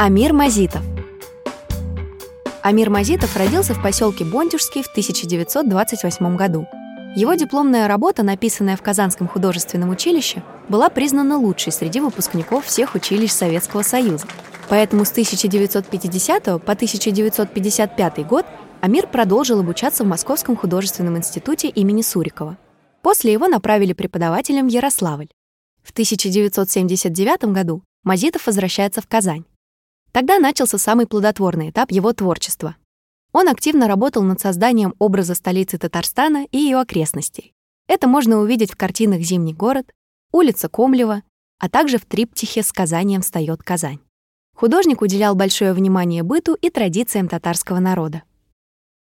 Амир Мазитов. Амир Мазитов родился в поселке Бондюжский в 1928 году. Его дипломная работа, написанная в Казанском художественном училище, была признана лучшей среди выпускников всех училищ Советского Союза. Поэтому с 1950 по 1955 год Амир продолжил обучаться в Московском художественном институте имени Сурикова. После его направили преподавателем в Ярославль. В 1979 году Мазитов возвращается в Казань. Тогда начался самый плодотворный этап его творчества. Он активно работал над созданием образа столицы Татарстана и ее окрестностей. Это можно увидеть в картинах «Зимний город», «Улица Комлева», а также в триптихе «С Казанием встает Казань». Художник уделял большое внимание быту и традициям татарского народа.